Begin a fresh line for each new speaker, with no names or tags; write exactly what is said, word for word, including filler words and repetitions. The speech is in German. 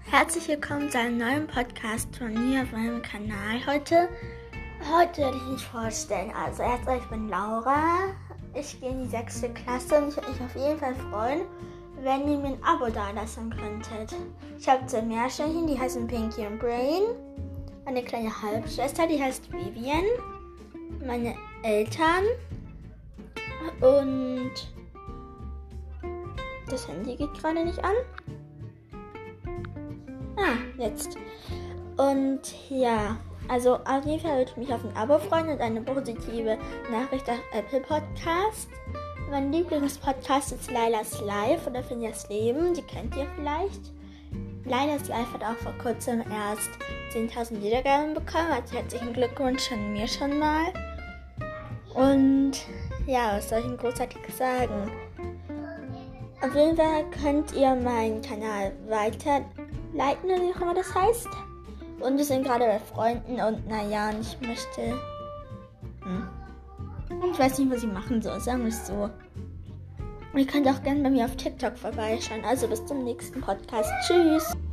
Herzlich willkommen zu einem neuen Podcast von mir auf meinem Kanal. Heute, heute werde ich mich vorstellen. Also erstmal, ich bin Laura. Ich gehe in die sechste Klasse und ich würde mich auf jeden Fall freuen, wenn ihr mir ein Abo dalassen könntet. Ich habe zwei Meerschweinchen, die heißen Pinky und Brain. Eine kleine Halbschwester, die heißt Vivian. Meine Eltern. Und das Handy geht gerade nicht an. Ah, jetzt. Und ja, also auf jeden Fall würde ich mich auf ein Abo freuen und eine positive Nachricht auf Apple Podcast. Mein Lieblingspodcast ist Lailas Live oder Finjas Leben, die kennt ihr vielleicht. Lailas Live hat auch vor kurzem erst zehntausend Wiedergaben bekommen, also herzlichen Glückwunsch von mir schon mal. Und ja, was soll ich denn großartig sagen? Auf jeden Fall könnt ihr meinen Kanal weiterleiten, oder wie auch immer das heißt. Und wir sind gerade bei Freunden und naja, und ich möchte... Hm. Ich weiß nicht, was ich machen soll, sagen wir es so. Und ihr könnt auch gerne bei mir auf TikTok vorbeischauen. Also bis zum nächsten Podcast. Tschüss!